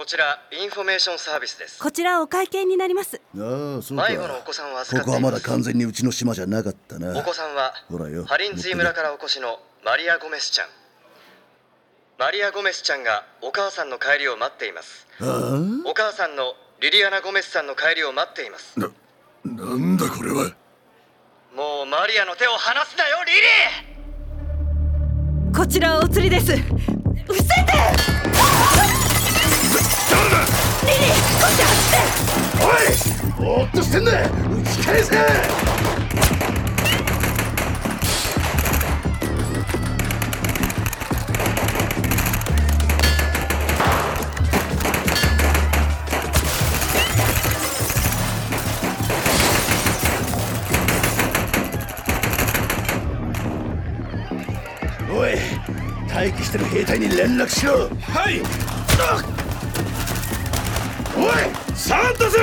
こちらインフォメーションサービスです。 こちらお会計になります。 ああ、そうか。 迷子のお子さんを預かっています。 ここはまだ完全にうちの島じゃなかったな。 お子さんはほらよ、 ハリンツィ村からお越しのマリア・ゴメスちゃん。マリア・ゴメスちゃんがお母さんの帰りを待っています。お母さんのリリアナ・ゴメスさんの帰りを待っています。 なんだこれは。 もうマリアの手を離すなよ、リリー。 こちらお釣りです。伏せて。 誰だ。 リリー、こっち走って。 おい、ぼーっとしてんだ。打ち返せ。おい、待機してる兵隊に連絡しろ。 はい。 おい、 サンタス。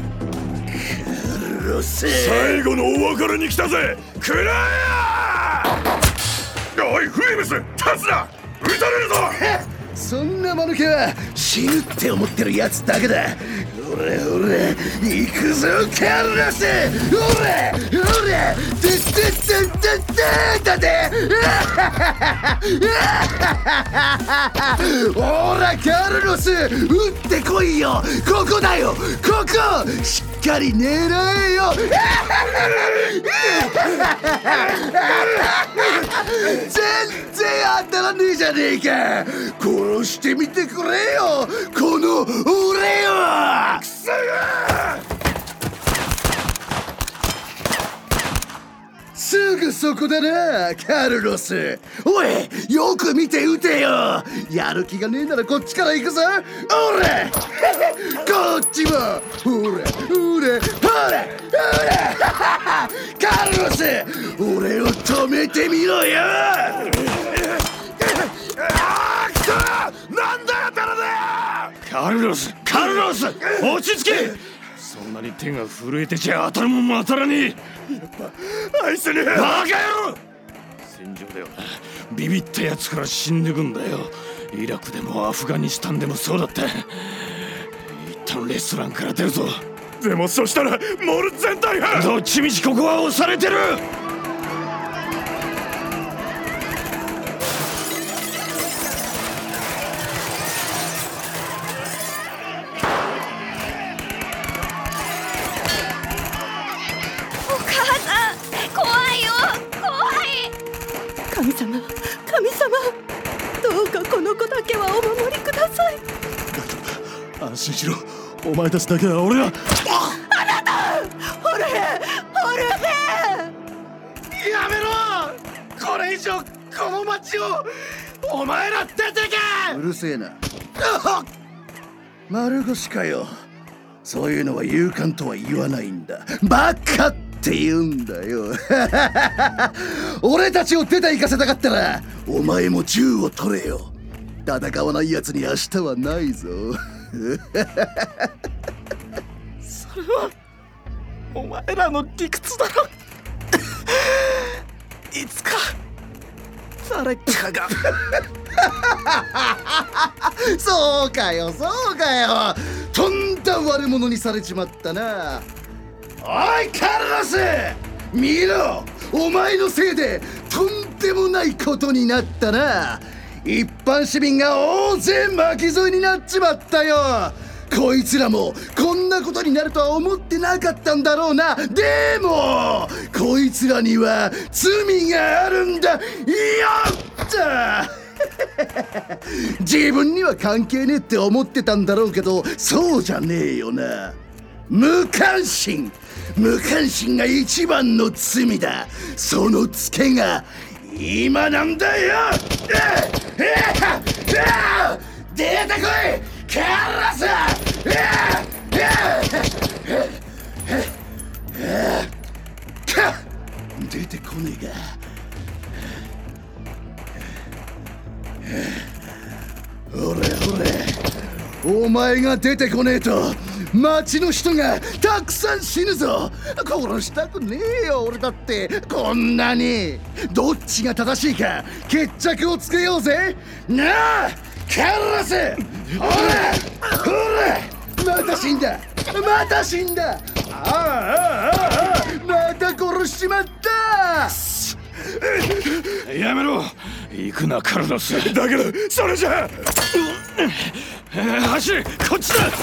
ロス。 最後のお別れに来たぜ。くらえ。おいフリムス、立つな。撃たれるぞ。 そんな間抜けは死ぬって思ってるやつだけだ。ほらほら、行くぞカルロス。ほらほら、てってってってってだってほらカルロス、撃ってこいよ。ここだよ、ここ。しっかり狙えよ。全然当たらねえじゃねえか。殺してみてくれよ、この俺を。くそがすぐそこだなカルロス。おい、よく見て撃てよ。やる気がねえならこっちから行くぞ。おらこっちも。ほらほらほらほらカルロス、俺を止めてみろよ。 くそ。なんだよ、誰だよ。カルロス、カルロス、落ち着け。そんなに手が震えてちゃ当たるもんも当たらねえ。やっぱ愛せねえ。バカ野郎。戦場ではビビったやつから死んでくんだよ。イラクでもアフガニスタンでもそうだった。一旦レストランから出るぞ。でもそしたらモル全体がどっちみちここは押されてる。 神様、神様、どうかこの子だけはお守りください。 安心しろ、お前たちだけは俺は。 あなた、ホルヘ、ホルヘ。 やめろ。これ以上この町を。お前ら出てけ。うるせえな。丸腰かよ。そういうのは勇敢とは言わないんだ。バカって言うんだよ。俺たちを出て行かせたかったらお前も銃を取れよ。戦わない奴に明日はないぞ。 それはお前らの理屈だろ。いつか誰かが。 そうかよ、そうかよ。とんだ悪者にされちまったな。おいカルロス、見ろ。お前のせいでとんでもないことになったな。一般市民が大勢巻き添えになっちまったよ。こいつらもこんなことになるとは思ってなかったんだろうな。でもこいつらには罪があるんだよっと。自分には関係ねえって思ってたんだろうけど、そうじゃねえよな。無関心、無関心が一番の罪だ。そのツケが今なんだよ。出てこいカルロス。出てこねえが。ほれほれ、お前が出てこねえと町の人がたくさん死ぬぞ。殺したくねえよ俺だって。こんなに。どっちが正しいか決着をつけようぜ。なあカルロス、ほらまた死んだ、また死んだ、また殺しちまった。 やめろ、行くなカルロス。だけどそれじゃ走れ、こっちだ。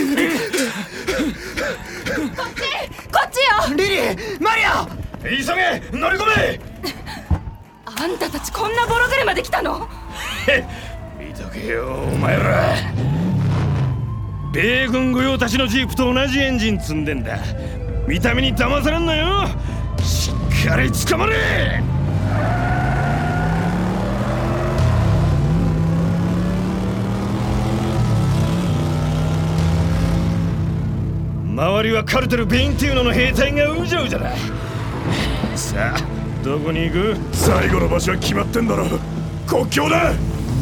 こっちよ。 リリー、マリア、 急げ、乗り込め。 あんたたちこんなボロ車で来たの？ 見とけよお前ら。米軍御用達のジープと同じエンジン積んでんだ。見た目に騙されんなよ。しっかり捕まれ。周りはカルテルベインティーノの兵隊がうじゃうじゃだ。さあどこに行く？最後の場所は決まってんだろ。国境だ。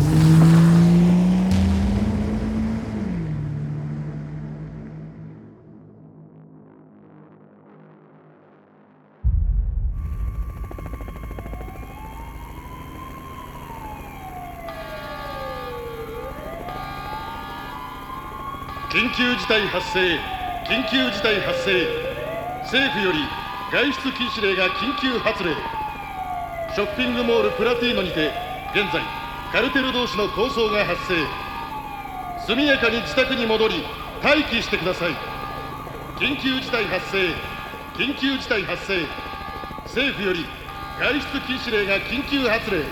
緊急事態発生、緊急事態発生。政府より外出禁止令が緊急発令。ショッピングモールプラティーノにて現在カルテル同士の抗争が発生。速やかに自宅に戻り待機してください。緊急事態発生、緊急事態発生。政府より外出禁止令が緊急発令。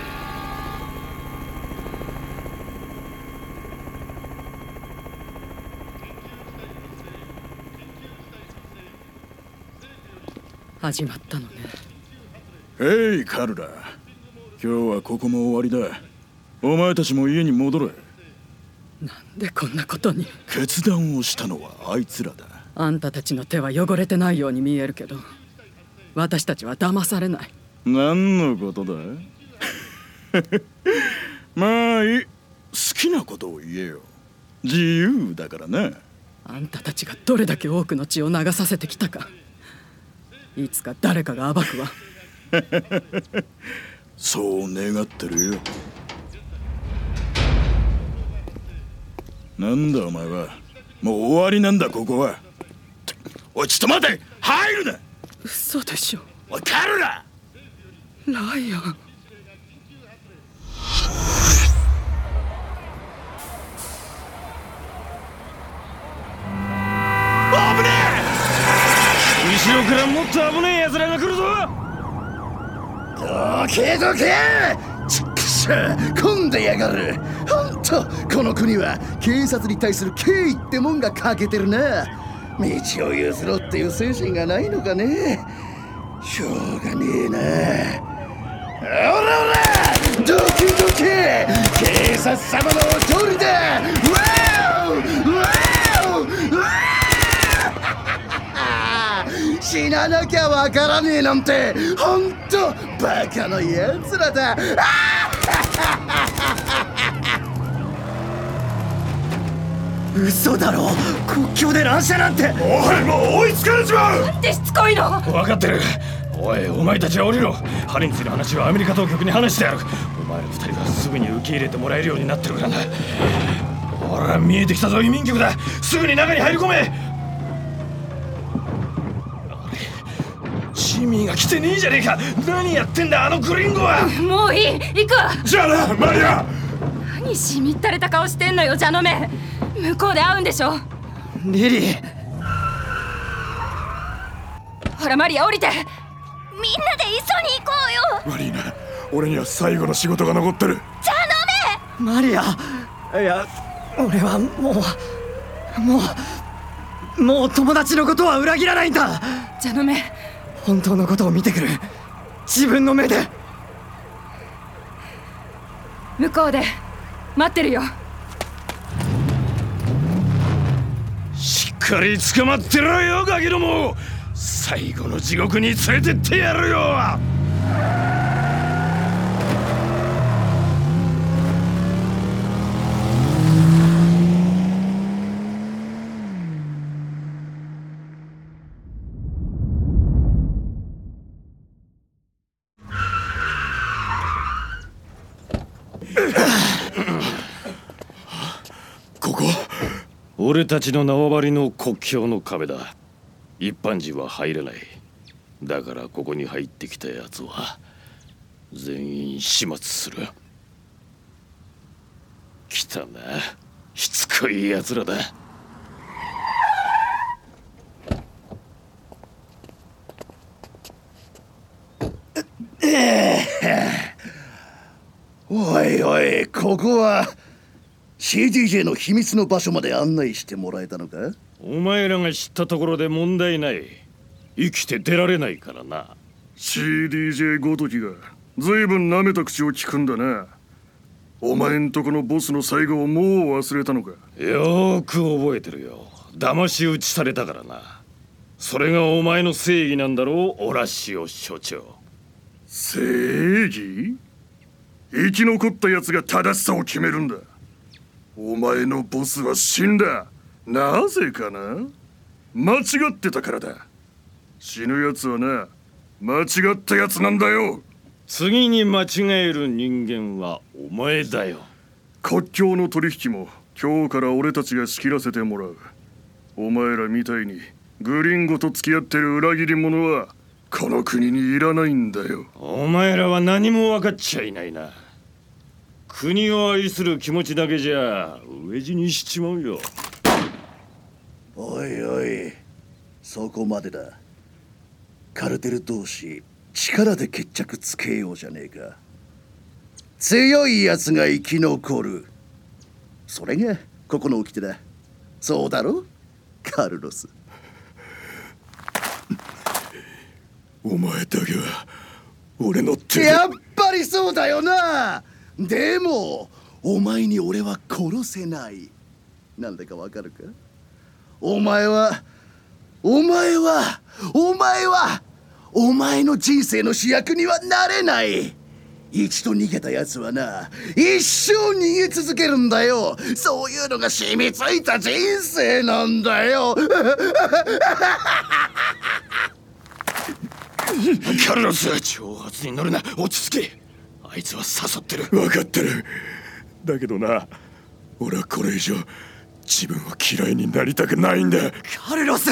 始まったのね。 へいカルラ、今日はここも終わりだ。お前たちも家に戻れ。 なんでこんなことに。 決断をしたのはあいつらだ。 あんたたちの手は汚れてないように見えるけど、私たちは騙されない。 何のことだまあいい、好きなことを言えよ。自由だからな。 あんたたちがどれだけ多くの血を流させてきたか、いつか誰かが暴くわそう願ってるよ。なんだお前は。もう終わりなんだここは。おいちょっと待て、入るな。 嘘でしょ。 おいカルラ。 ライアン。 危ねえ。後ろからもっと危ねえ奴らが来るぞ。 どけどけ、ちっくしょ混んでやがる。ほんとこの国は警察に対する敬意ってもんが欠けてるな。道を譲ろうっていう精神がないのかね。しょうがねえな。おらおら、どけどけ、警察様のお通りだ。わおわおわお死ななきゃわからねえなんてほんとバカなやつらだ。 嘘だろ、国境で乱射なんて。 おいもう追いつかれちまう。 なんでしつこいの。 分かってる。おいお前たちは降りろ。ハリについて話はアメリカ当局に話してやる。お前ら二人はすぐに受け入れてもらえるようになってるからな。ほら見えてきたぞ移民局だ。すぐに中に入り込め。あれジミーが来てねえじゃねえか。何やってんだあのグリンゴは。 もういい、行くわ。 じゃあなマリア。 何しみったれた顔してんのよジャノメ。向こうで会うんでしょ。 リリー、 ほらマリア降りて。みんなで一緒に行こうよ。 悪いな、俺には最後の仕事が残ってる。 ジャノメ。 マリア、いや俺はもう友達のことは裏切らないんだ。 ジャノメ、 本当のことを見てくる。自分の目で。 向こうで待ってるよ。 しっかり捕まってろよガキども。最後の地獄に連れてってやるよ。 俺たちの縄張りの国境の壁だ。一般人は入れない。だからここに入ってきたやつは全員始末する。来たな、しつこいやつらだ。 おいおい、ここは CDJ の秘密の場所まで案内してもらえたのか？ お前らが知ったところで問題ない。生きて出られないからな。 CDJ ごときがずいぶん舐めた口を聞くんだな。お前んとこのボスの最後をもう忘れたのか？ よーく覚えてるよ。騙し討ちされたからな。それがお前の正義なんだろう、オラシオ所長。 正義？生き残ったやつが正しさを決めるんだ。お前のボスは死んだ。なぜかな？間違ってたからだ。死ぬやつはな、間違ったやつなんだよ。 次に間違える人間はお前だよ。 国境の取引も今日から俺たちが仕切らせてもらう。お前らみたいにグリンゴと付き合ってる裏切り者はこの国にいらないんだよ。 お前らは何も分かっちゃいないな。国を愛する気持ちだけじゃ飢え死にしちまうよ。 おいおい、そこまでだ。カルテル同士力で決着つけようじゃねえか。強いやつが生き残る、それがここの掟だ。そうだろカルロス。 お前だけは俺の手で。 やっぱりそうだよな。でもお前に俺は殺せない。なんでかわかるか？お前の人生の主役にはなれない。一度逃げたやつはな、一生逃げ続けるんだよ。そういうのが染みついた人生なんだよ。 カルロス、挑発に乗るな。落ち着け。あいつは誘ってる。 分かってる。だけどな、俺はこれ以上自分を嫌いになりたくないんだ。 カルロス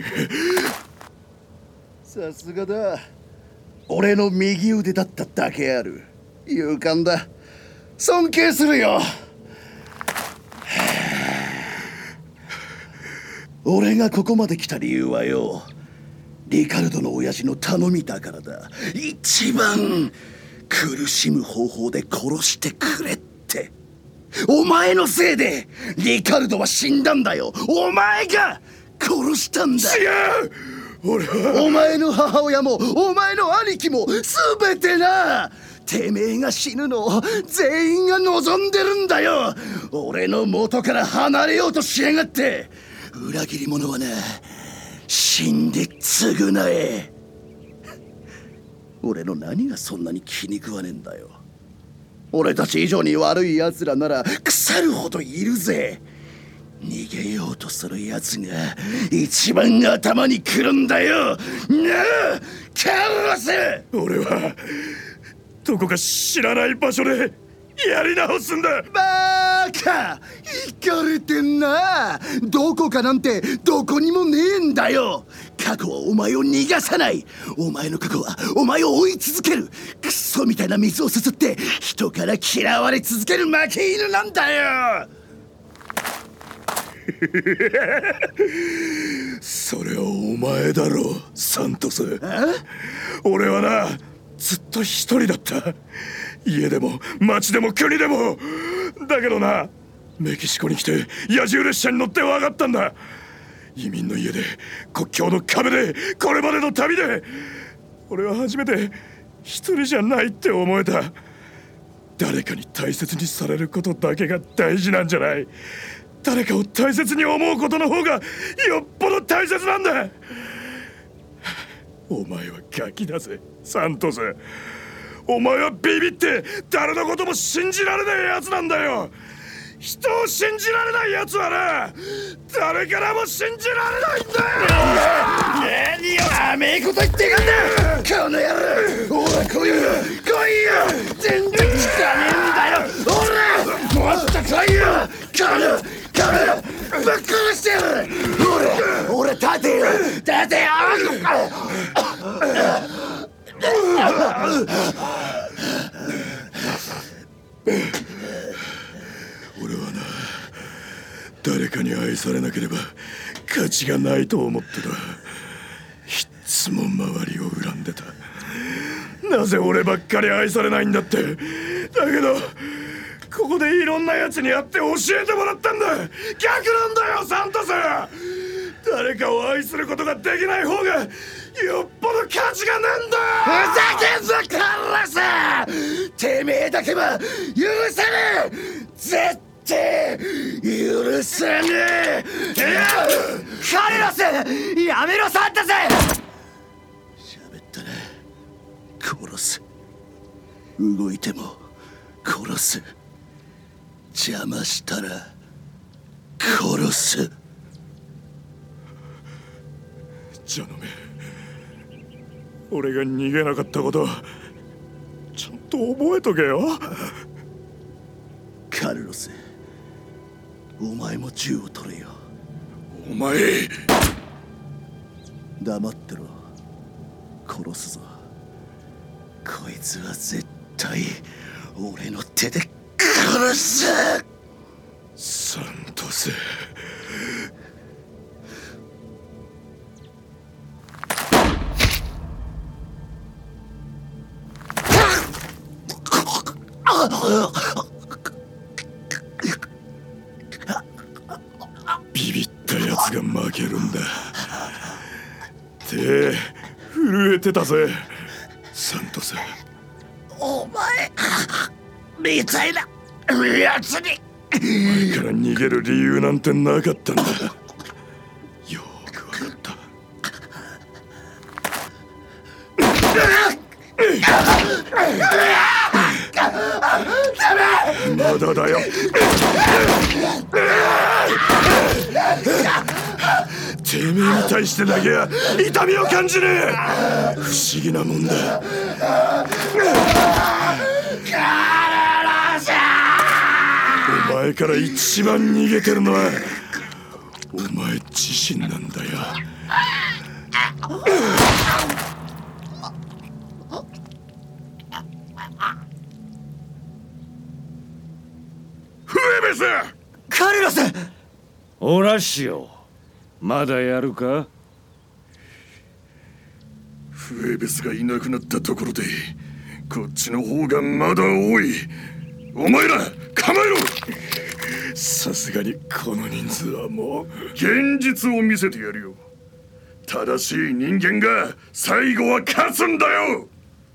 さすがだ。俺の右腕だっただけある。勇敢だ。尊敬するよ。俺がここまで来た理由はよ、リカルドの親父の頼みだからだ。一番苦しむ方法で殺してくれって。お前のせいでリカルドは死んだんだよ。お前が殺したんだ。 違う。俺はお前の母親もお前の兄貴も全てな。てめえが死ぬのを全員が望んでるんだよ。俺の元から離れようとしやがって。裏切り者はな、死んで償え。俺の何がそんなに気に食わねえんだよ。俺たち以上に悪い奴らなら腐るほどいるぜ。逃げようとする奴が一番頭にくるんだよ。なあカルロス。 俺はどこか知らない場所でやり直すんだ。 バカ、イカれてんな。どこかなんてどこにもねえんだよ。過去はお前を逃がさない。お前の過去はお前を追い続ける。クソみたいな水をすすって人から嫌われ続ける負け犬なんだよ。 それはお前だろ、サントス。俺はな、ずっと一人だった。家でも町でも国でも。だけどな、メキシコに来て野獣列車に乗って分かったんだ。移民の家で、国境の壁で、これまでの旅で、俺は初めて一人じゃないって思えた。誰かに大切にされることだけが大事なんじゃない。誰かを大切に思うことの方がよっぽど大切なんだ。お前はガキだぜ、サントス。お前はビビって誰のことも信じられないやつなんだよ。人を信じられないやつはな、誰からも信じられないんだよ。 何を甘えこと言ってやがんだこの野郎。ほら来いよ全然汚ねえんだよ。ほらもっと来いよカルぶっ殺せてよ。 俺はな、誰かに愛されなければ価値がないと思ってた。いっつも周りを恨んでた。なぜ俺ばっかり愛されないんだって。だけどここでいろんなやつに会って教えてもらったんだ。逆なんだよサントス。誰かを愛することができない方がよっぽど価値がねえんだ。 ふざけんぞカルロス。てめえだけは許せねえ。絶対許せねえ。カルロスやめろサントス。喋ったら殺す。動いても殺す。邪魔したら殺す。 じゃあのめ、俺が逃げなかったことちゃんと覚えとけよ。 カルロス、お前も銃を取れよ。 お前黙ってろ。殺すぞ。こいつは絶対俺の手で殺す。 サントス。ビビったやつが負けるんだ。手震えてたぜサントス。 お前みたいなやつに。 お前から逃げる理由なんてなかったんだ。よくわかった。まだだよ。てめえに対してだけは痛みを感じねえ。不思議なもんだ。お前から一番逃げてるのはお前自身なんだよ。フエベス。 カルロス。 オラシオ、まだやるか。 フエベスがいなくなったところでこっちの方がまだ多い。お前ら構えろ。さすがにこの人数はもう。現実を見せてやるよ。正しい人間が最後は勝つんだよ。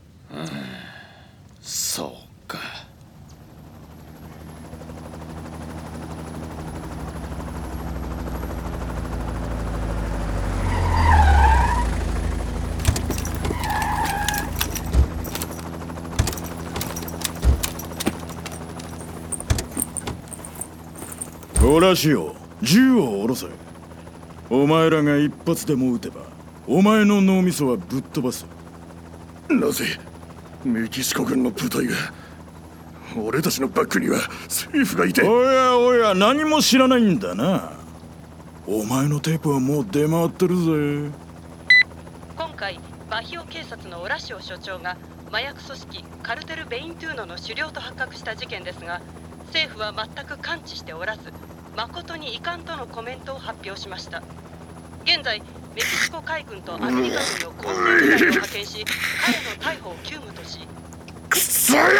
そうか。 オラシオ、銃を下ろせ。お前らが一発でも撃てばお前の脳みそはぶっ飛ばす。なぜメキシコ軍の部隊が。俺たちのバックには政府がいて。おやおや、何も知らないんだな。お前のテープはもう出回ってるぜ。 今回バヒオ警察のオラシオ所長が麻薬組織カルテル・ベイントゥーノの首領と発覚した事件ですが、政府は全く関知しておらず、誠に遺憾とのコメントを発表しました。現在メキシコ海軍とアメリカ軍の構成部隊を派遣し、彼の逮捕を急務とし。 クソ野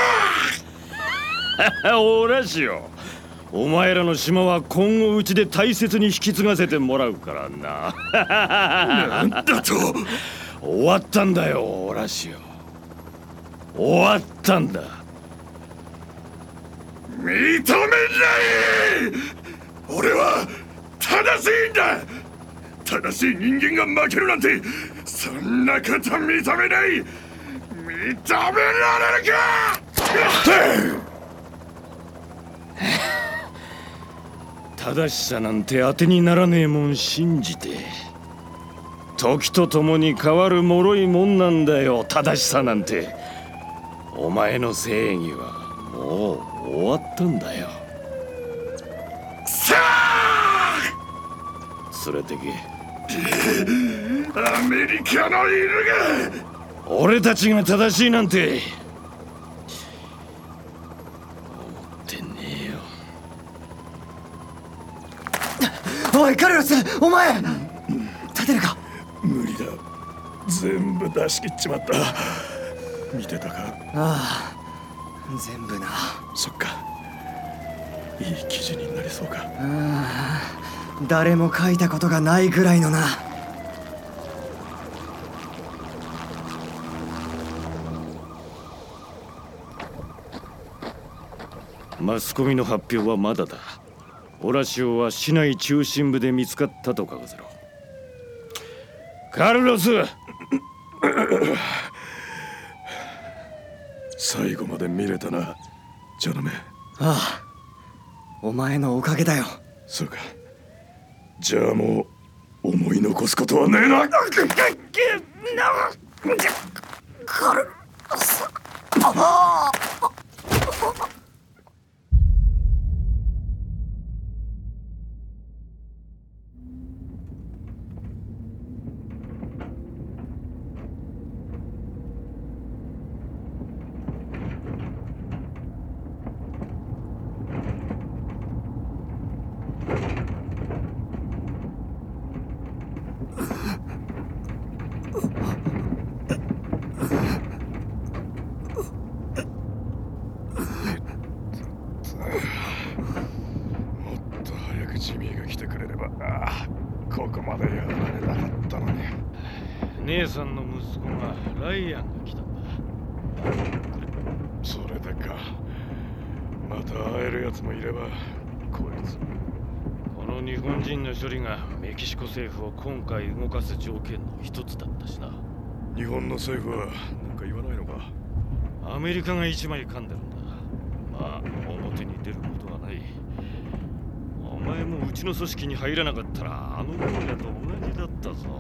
郎オラシオ、お前らの島は今後うちで大切に引き継がせてもらうからな。 なんだと。 終わったんだよオラシオ、終わったんだ。 認めない。俺は正しいんだ。正しい人間が負けるなんてそんなこと認めない。認められるか。 正しさなんて当てにならねえもん信じて。時とともに変わる脆いもんなんだよ正しさなんて。お前の正義はもう終わったんだよ。 さあ連れてけ。 アメリカの犬が。 俺たちが正しいなんて思ってねえよ。 おいカルロス、お前立てるか。 無理だ、全部出し切っちまった。見てたか。 ああ、全部な。 そっか、いい記事になりそうか。 ああ、誰も書いたことがないぐらいのな。 マスコミの発表はまだだ。オラシオは市内中心部で見つかったと書かせろ。カルロス最後まで見れたな、ジャノメ。 ああ、お前のおかげだよ。 そうか、じゃあもう思い残すことはねえな。 カルロス、 ジミーが来てくれれば、ここまでやられなかったのに。 姉さんの息子がライアンが来たんだ。 それでか。また会えるやつもいれば、こいつ。 この日本人の処理がメキシコ政府を今回動かす条件の一つだったしな。 日本の政府は何か言わないのか。 アメリカが一枚噛んでるんだ。まあ表に出ることはない。お前もうちの組織に入らなかったらあの坊やと同じだったぞ。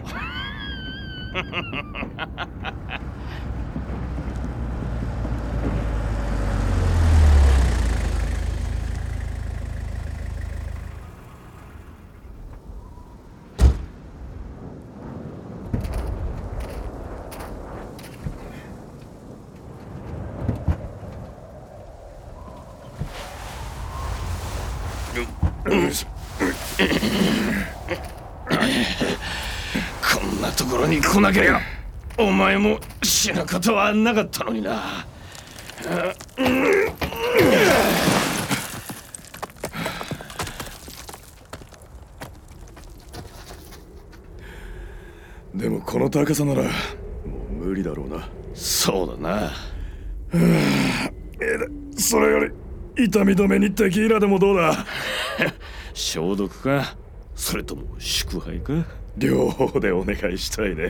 こんなところに来なけりゃお前も死ぬことはなかったのにな。 でもこの高さならもう無理だろうな。 そうだな。 それより痛み止めにテキーラでもどうだ。 消毒か、それとも祝杯か。 両方でお願いしたいね。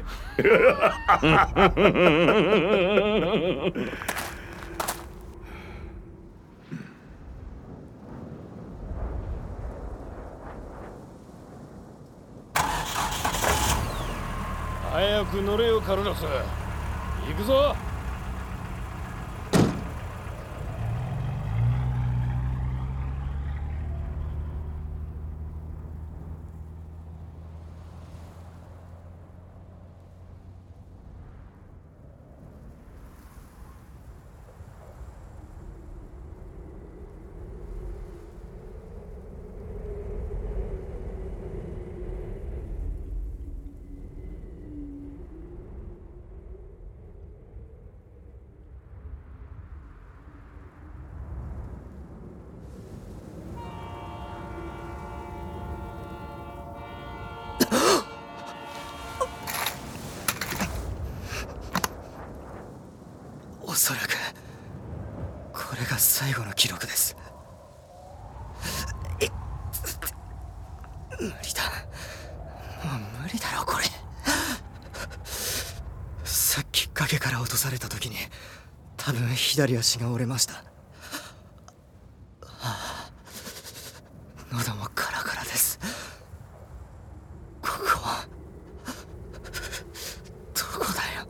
早く乗れよカルロス、行くぞ。 おそらくこれが最後の記録です。無理だ、もう無理だろこれ。さっき崖から落とされた時に多分左足が折れました。喉もカラカラです。ここはどこだよ。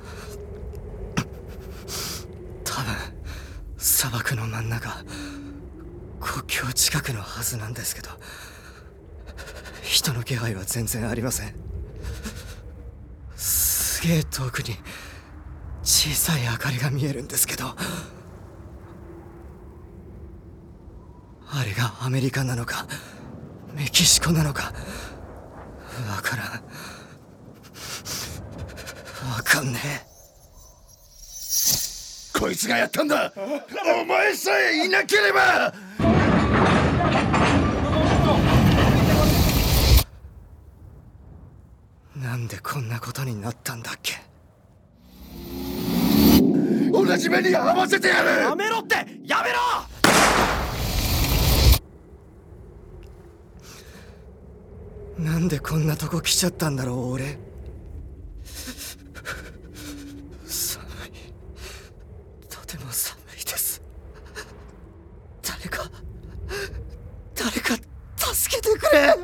多分砂漠の真ん中、国境近くのはずなんですけど、人の気配は全然ありません。 すげえ遠くに小さい明かりが見えるんですけど、あれがアメリカなのかメキシコなのかわからん。わかんねえ。 こいつがやったんだ。お前さえいなければ。 なんでこんなことになったんだっけ。 同じ目に合わせてやる。 やめろってやめろ。なんでこんなとこ来ちゃったんだろう俺。寒い、とても寒いです。誰か助けてくれ。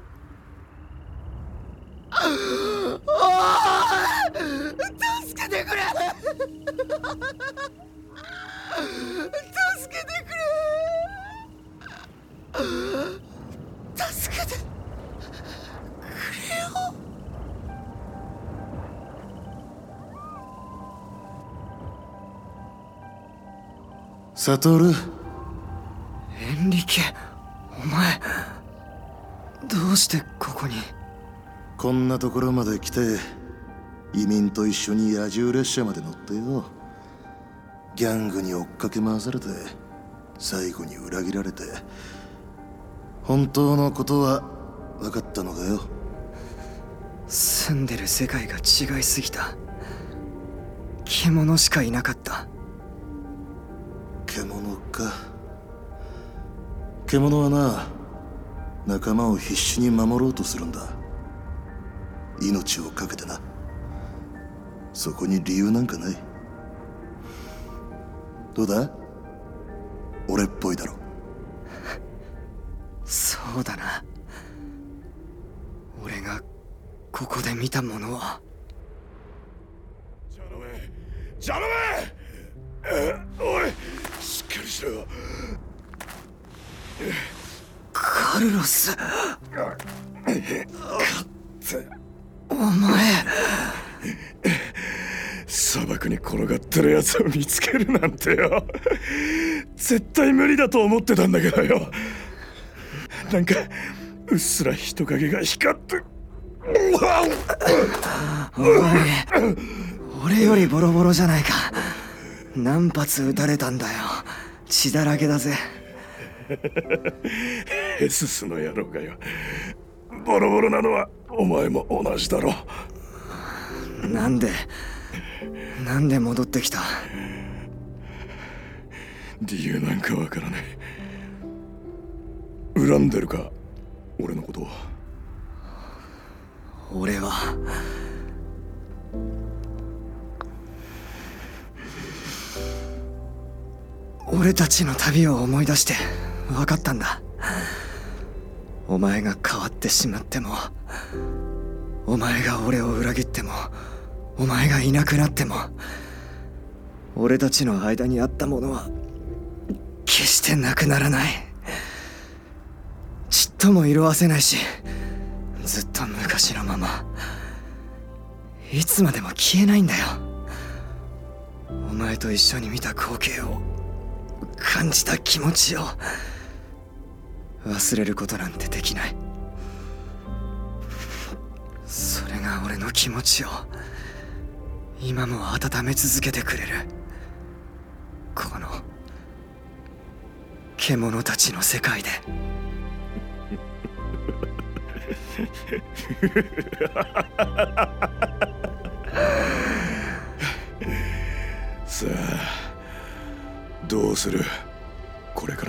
助けてくれ。助けてくれ。助けてくれよ。 サトル。 エンリケ、お前どうしてここに。 こんなところまで来て移民と一緒に野獣列車まで乗ってよ、ギャングに追っかけ回されて最後に裏切られて、本当のことは分かったのかよ。 住んでる世界が違いすぎた。獣しかいなかった。 獣か。獣はな、仲間を必死に守ろうとするんだ。命を懸けてな。そこに理由なんかない。どうだ、俺っぽいだろ。 そうだな。俺がここで見たものは。 ジャノメおい、しっかりしろ。 カルロス、お前。 砂漠に転がってるやつを見つけるなんてよ、絶対無理だと思ってたんだけどよ。なんかうっすら人影が光って。 お前、俺よりボロボロじゃないか。何発撃たれたんだよ。血だらけだぜ。 ヘススの野郎がよ、ボロボロなのはお前も同じだろ。 なんで戻ってきた。 理由なんかわからない。恨んでるか、俺のことを。 俺は俺たちの旅を思い出して分かったんだ。お前が変わってしまっても、お前が俺を裏切っても、お前がいなくなっても、俺たちの間にあったものは決してなくならない。ちっとも色あせないし、ずっと昔のまま、いつまでも消えないんだよ。お前と一緒に見た光景を、感じた気持ちを忘れることなんてできない。それが俺の気持ちを今も温め続けてくれる。この獣たちの世界で。 さあどうする、これから。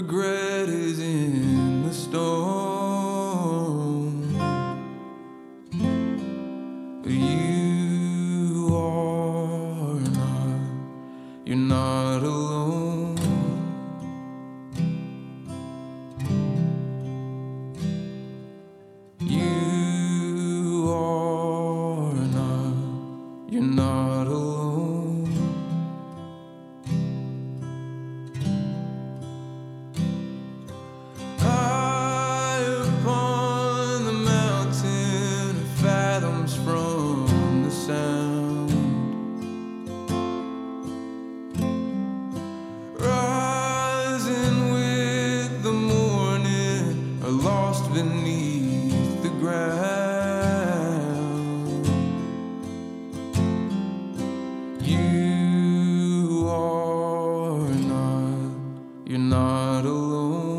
regret is in the storm. You are not, you're not alone. You are not, you're not alone. High upon the mountain, fathoms from the sound, rising with the morning, are lost beneath the ground. You are not, you're not alone.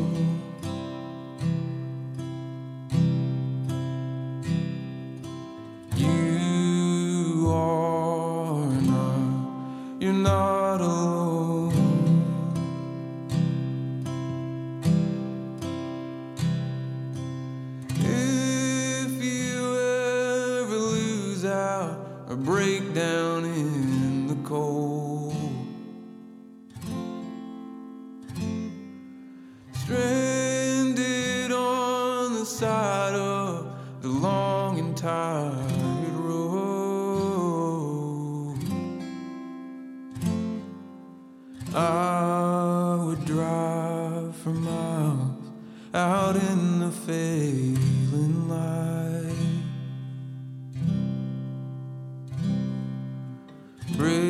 You are not, you're not alone. If you ever lose out or break down in the cold, stranded on the side of the long and tired road, I would drive for miles out in the failing light, break